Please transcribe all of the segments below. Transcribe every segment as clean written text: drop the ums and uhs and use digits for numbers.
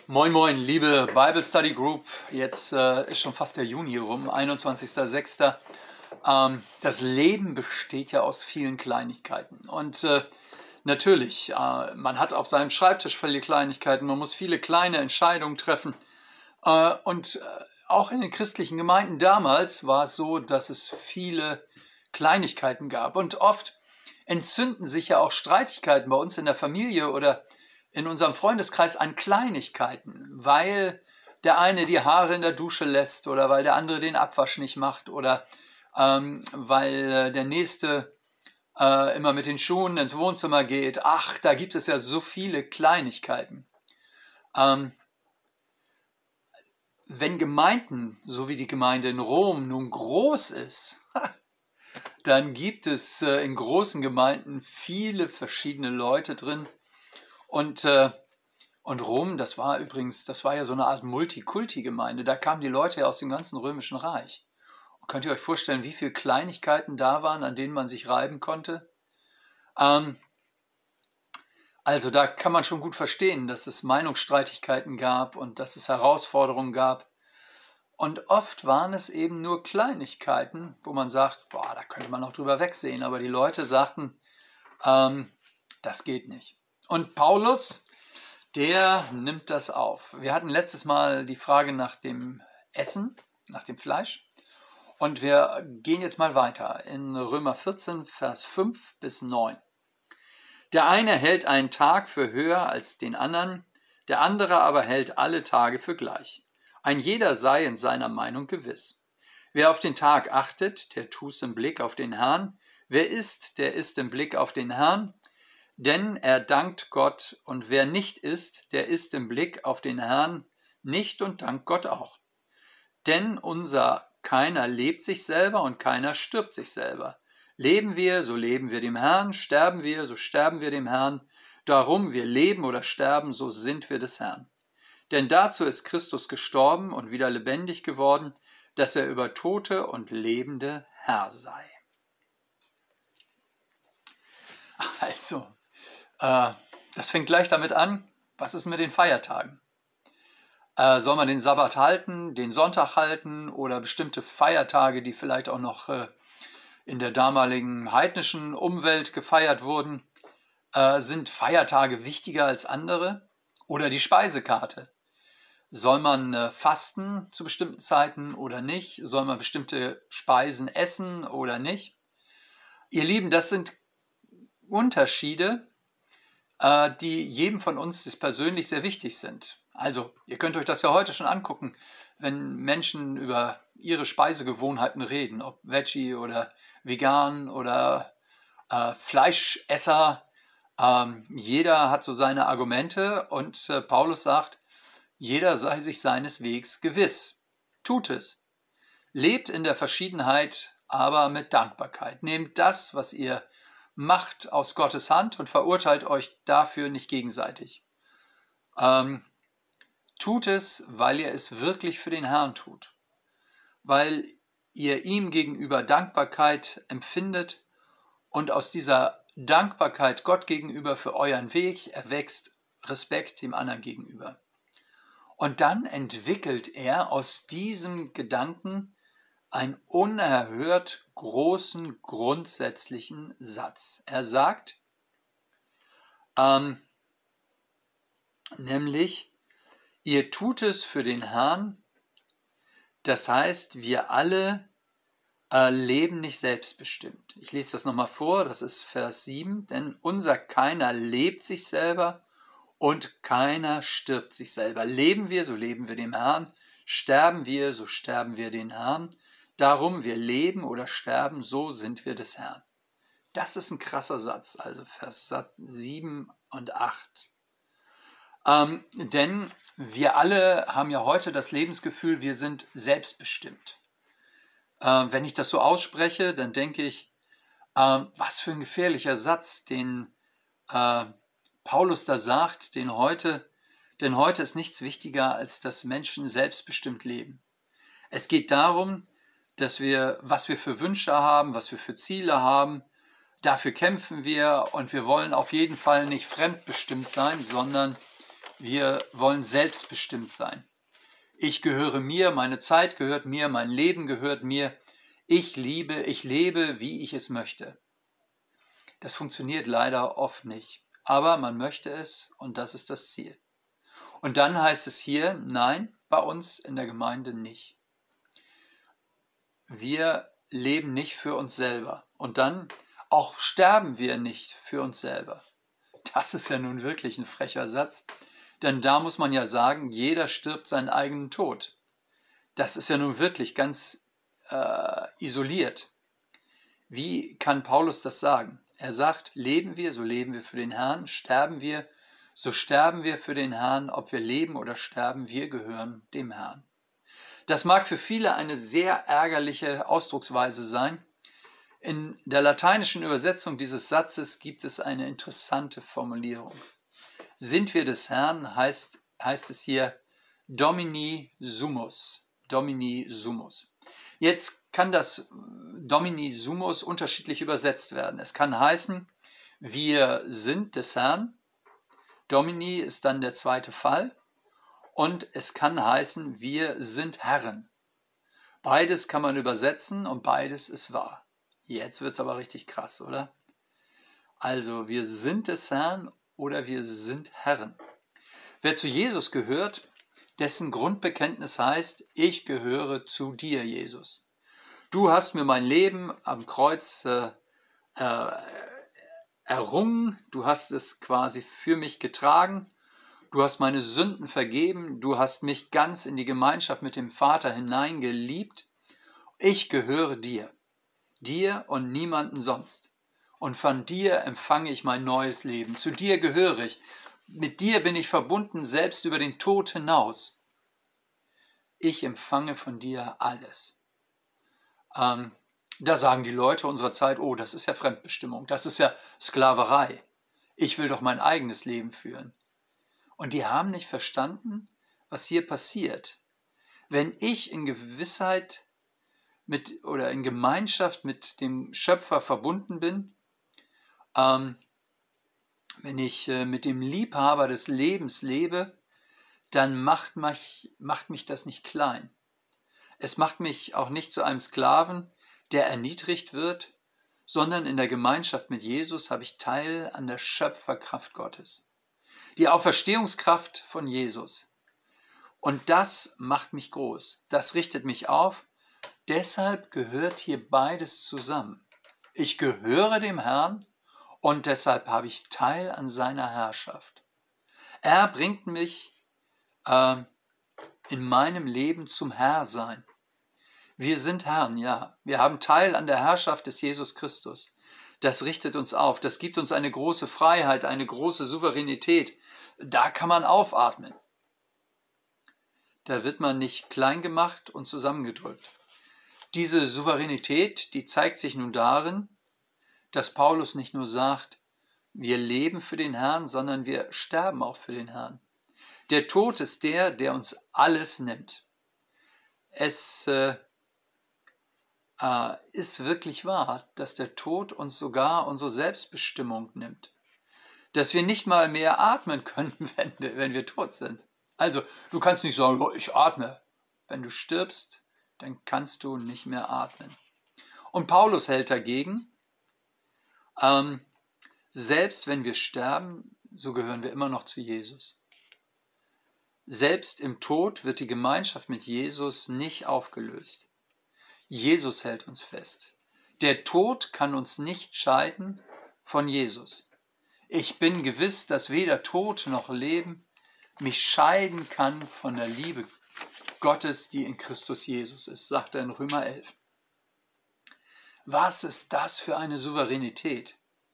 Moin Moin, liebe Bible Study Group, jetzt ist schon fast der Juni rum, 21.06. Das Leben besteht ja aus vielen Kleinigkeiten und natürlich, man hat auf seinem Schreibtisch viele Kleinigkeiten, man muss viele kleine Entscheidungen treffen und auch in den christlichen Gemeinden damals war es so, dass es viele Kleinigkeiten gab und oft entzünden sich ja auch Streitigkeiten bei uns in der Familie oder in unserem Freundeskreis an Kleinigkeiten, weil der eine die Haare in der Dusche lässt oder weil der andere den Abwasch nicht macht oder weil der Nächste immer mit den Schuhen ins Wohnzimmer geht. Ach, da gibt es ja so viele Kleinigkeiten. Wenn Gemeinden, so wie die Gemeinde in Rom, nun groß ist, dann gibt es in großen Gemeinden viele verschiedene Leute drin. Und Rom, das war ja so eine Art Multikulti-Gemeinde. Da kamen die Leute ja aus dem ganzen Römischen Reich. Und könnt ihr euch vorstellen, wie viele Kleinigkeiten da waren, an denen man sich reiben konnte? Also da kann man schon gut verstehen, dass es Meinungsstreitigkeiten gab und dass es Herausforderungen gab. Und oft waren es eben nur Kleinigkeiten, wo man sagt, boah, da könnte man auch drüber wegsehen. Aber die Leute sagten, das geht nicht. Und Paulus, der nimmt das auf. Wir hatten letztes Mal die Frage nach dem Essen, nach dem Fleisch. Und wir gehen jetzt mal weiter in Römer 14, Vers 5 bis 9. Der eine hält einen Tag für höher als den anderen, der andere aber hält alle Tage für gleich. Ein jeder sei in seiner Meinung gewiss. Wer auf den Tag achtet, der tut's im Blick auf den Herrn. Wer isst, der isst im Blick auf den Herrn. Denn er dankt Gott, und wer nicht isst, der isst im Blick auf den Herrn nicht und dankt Gott auch. Denn unser keiner lebt sich selber und keiner stirbt sich selber. Leben wir, so leben wir dem Herrn, sterben wir, so sterben wir dem Herrn. Darum wir leben oder sterben, so sind wir des Herrn. Denn dazu ist Christus gestorben und wieder lebendig geworden, dass er über Tote und Lebende Herr sei. Also, das fängt gleich damit an, was ist mit den Feiertagen? Soll man den Sabbat halten, den Sonntag halten oder bestimmte Feiertage, die vielleicht auch noch in der damaligen heidnischen Umwelt gefeiert wurden? Sind Feiertage wichtiger als andere? Oder die Speisekarte? Soll man fasten zu bestimmten Zeiten oder nicht? Soll man bestimmte Speisen essen oder nicht? Ihr Lieben, das sind Unterschiede, die jedem von uns persönlich sehr wichtig sind. Also, ihr könnt euch das ja heute schon angucken, wenn Menschen über ihre Speisegewohnheiten reden, ob Veggie oder Vegan oder Fleischesser. Jeder hat so seine Argumente und Paulus sagt, jeder sei sich seines Wegs gewiss. Tut es. Lebt in der Verschiedenheit, aber mit Dankbarkeit. Nehmt das, was ihr macht, aus Gottes Hand und verurteilt euch dafür nicht gegenseitig. Tut es, weil ihr es wirklich für den Herrn tut. Weil ihr ihm gegenüber Dankbarkeit empfindet und aus dieser Dankbarkeit Gott gegenüber für euren Weg erwächst Respekt dem anderen gegenüber. Und dann entwickelt er aus diesem Gedanken einen unerhört großen, grundsätzlichen Satz. Er sagt, nämlich, ihr tut es für den Herrn, das heißt, wir alle leben nicht selbstbestimmt. Ich lese das nochmal vor, das ist Vers 7, denn unser keiner lebt sich selber und keiner stirbt sich selber. Leben wir, so leben wir dem Herrn, sterben wir, so sterben wir den Herrn. Darum wir leben oder sterben, so sind wir des Herrn. Das ist ein krasser Satz, also Vers 7 und 8. Denn wir alle haben ja heute das Lebensgefühl, wir sind selbstbestimmt. Wenn ich das so ausspreche, dann denke ich, was für ein gefährlicher Satz, den Paulus da sagt, denn heute ist nichts wichtiger, als dass Menschen selbstbestimmt leben. Es geht darum, was wir für Wünsche haben, was wir für Ziele haben. Dafür kämpfen wir und wir wollen auf jeden Fall nicht fremdbestimmt sein, sondern Wir wollen selbstbestimmt sein. Ich gehöre mir, meine Zeit gehört mir, mein Leben gehört mir. Ich lebe, wie ich es möchte. Das funktioniert leider oft nicht, aber man möchte es und das ist das Ziel. Und dann heißt es hier, nein, bei uns in der Gemeinde nicht. Wir leben nicht für uns selber und dann auch sterben wir nicht für uns selber. Das ist ja nun wirklich ein frecher Satz, denn da muss man ja sagen, jeder stirbt seinen eigenen Tod. Das ist ja nun wirklich ganz isoliert. Wie kann Paulus das sagen? Er sagt, leben wir, so leben wir für den Herrn, sterben wir, so sterben wir für den Herrn, ob wir leben oder sterben, wir gehören dem Herrn. Das mag für viele eine sehr ärgerliche Ausdrucksweise sein. In der lateinischen Übersetzung dieses Satzes gibt es eine interessante Formulierung. Sind wir des Herrn, heißt es hier Domini sumus. Domini sumus. Jetzt kann das Domini sumus unterschiedlich übersetzt werden. Es kann heißen, wir sind des Herrn. Domini ist dann der zweite Fall. Und es kann heißen, wir sind Herren. Beides kann man übersetzen und beides ist wahr. Jetzt wird es aber richtig krass, oder? Also, wir sind des Herrn oder wir sind Herren. Wer zu Jesus gehört, dessen Grundbekenntnis heißt, ich gehöre zu dir, Jesus. Du hast mir mein Leben am Kreuz errungen, du hast es quasi für mich getragen, du hast meine Sünden vergeben, du hast mich ganz in die Gemeinschaft mit dem Vater hineingeliebt. Ich gehöre dir und niemanden sonst. Und von dir empfange ich mein neues Leben. Zu dir gehöre ich. Mit dir bin ich verbunden, selbst über den Tod hinaus. Ich empfange von dir alles. Da sagen die Leute unserer Zeit, oh, das ist ja Fremdbestimmung, das ist ja Sklaverei. Ich will doch mein eigenes Leben führen. Und die haben nicht verstanden, was hier passiert. Wenn ich in Gewissheit oder in Gemeinschaft mit dem Schöpfer verbunden bin, wenn ich mit dem Liebhaber des Lebens lebe, dann macht mich das nicht klein. Es macht mich auch nicht zu einem Sklaven, der erniedrigt wird, sondern in der Gemeinschaft mit Jesus habe ich Teil an der Schöpferkraft Gottes. Die Auferstehungskraft von Jesus. Und das macht mich groß. Das richtet mich auf. Deshalb gehört hier beides zusammen. Ich gehöre dem Herrn und deshalb habe ich Teil an seiner Herrschaft. Er bringt mich in meinem Leben zum Herrsein. Wir sind Herren, ja. Wir haben Teil an der Herrschaft des Jesus Christus. Das richtet uns auf. Das gibt uns eine große Freiheit, eine große Souveränität. Da kann man aufatmen. Da wird man nicht klein gemacht und zusammengedrückt. Diese Souveränität, die zeigt sich nun darin, dass Paulus nicht nur sagt, wir leben für den Herrn, sondern wir sterben auch für den Herrn. Der Tod ist der uns alles nimmt. Es ist wirklich wahr, dass der Tod uns sogar unsere Selbstbestimmung nimmt. Dass wir nicht mal mehr atmen können, wenn wir tot sind. Also, du kannst nicht sagen, oh, ich atme. Wenn du stirbst, dann kannst du nicht mehr atmen. Und Paulus hält dagegen, selbst wenn wir sterben, so gehören wir immer noch zu Jesus. Selbst im Tod wird die Gemeinschaft mit Jesus nicht aufgelöst. Jesus hält uns fest. Der Tod kann uns nicht scheiden von Jesus. Ich bin gewiss, dass weder Tod noch Leben mich scheiden kann von der Liebe Gottes, die in Christus Jesus ist, sagt er in Römer 11. Was ist das für eine Souveränität?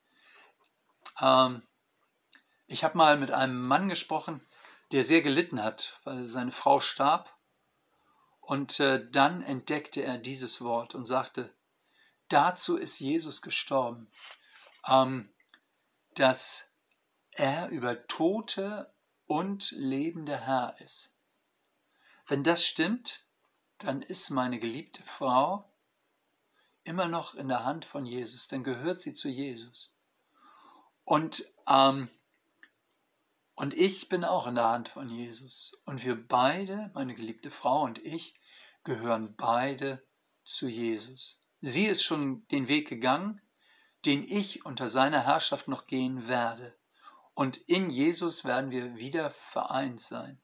Ich habe mal mit einem Mann gesprochen, der sehr gelitten hat, weil seine Frau starb. Und dann entdeckte er dieses Wort und sagte, dazu ist Jesus gestorben, dass er über Tote und lebende Herr ist. Wenn das stimmt, dann ist meine geliebte Frau immer noch in der Hand von Jesus, dann gehört sie zu Jesus. Und Und ich bin auch in der Hand von Jesus. Und wir beide, meine geliebte Frau und ich, gehören beide zu Jesus. Sie ist schon den Weg gegangen, den ich unter seiner Herrschaft noch gehen werde. Und in Jesus werden wir wieder vereint sein.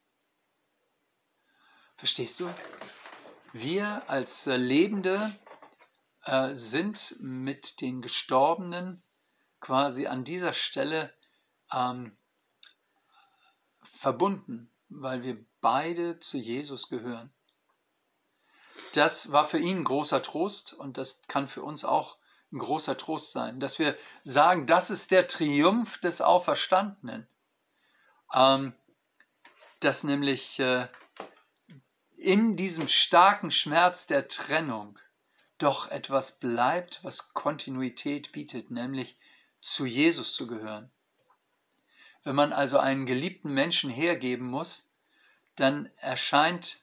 Verstehst du? Wir als Lebende sind mit den Gestorbenen quasi an dieser Stelle verbunden, weil wir beide zu Jesus gehören. Das war für ihn ein großer Trost und das kann für uns auch ein großer Trost sein, dass wir sagen, das ist der Triumph des Auferstandenen, dass nämlich in diesem starken Schmerz der Trennung doch etwas bleibt, was Kontinuität bietet, nämlich zu Jesus zu gehören. Wenn man also einen geliebten Menschen hergeben muss, dann erscheint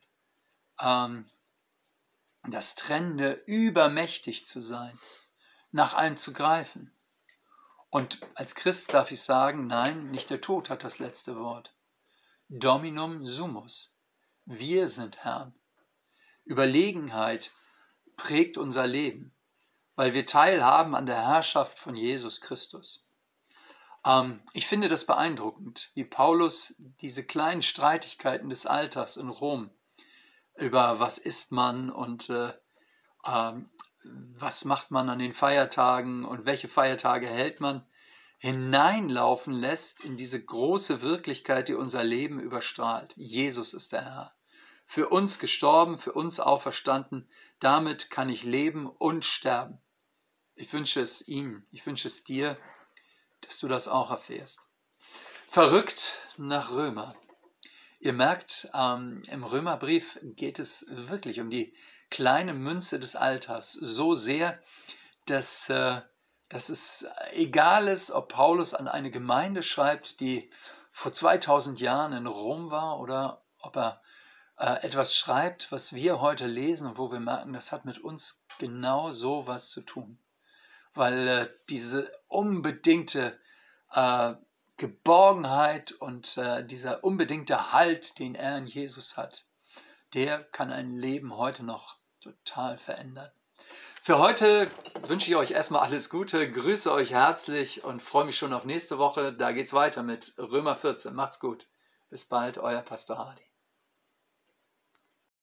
das Trennende übermächtig zu sein, nach allem zu greifen. Und als Christ darf ich sagen, nein, nicht der Tod hat das letzte Wort. Dominum sumus. Wir sind Herrn. Überlegenheit prägt unser Leben, weil wir teilhaben an der Herrschaft von Jesus Christus. Ich finde das beeindruckend, wie Paulus diese kleinen Streitigkeiten des Alltags in Rom über was isst man und was macht man an den Feiertagen und welche Feiertage hält man, hineinlaufen lässt in diese große Wirklichkeit, die unser Leben überstrahlt. Jesus ist der Herr. Für uns gestorben, für uns auferstanden. Damit kann ich leben und sterben. Ich wünsche es Ihnen, ich wünsche es dir, dass du das auch erfährst. Verrückt nach Römer. Ihr merkt, im Römerbrief geht es wirklich um die kleine Münze des Alters. So sehr, dass es egal ist, ob Paulus an eine Gemeinde schreibt, die vor 2000 Jahren in Rom war, oder ob er etwas schreibt, was wir heute lesen und wo wir merken, das hat mit uns genau so was zu tun. Weil diese unbedingte Geborgenheit und dieser unbedingte Halt, den er in Jesus hat, der kann ein Leben heute noch total verändern. Für heute wünsche ich euch erstmal alles Gute, grüße euch herzlich und freue mich schon auf nächste Woche. Da geht's weiter mit Römer 14. Macht's gut. Bis bald, euer Pastor Hardy.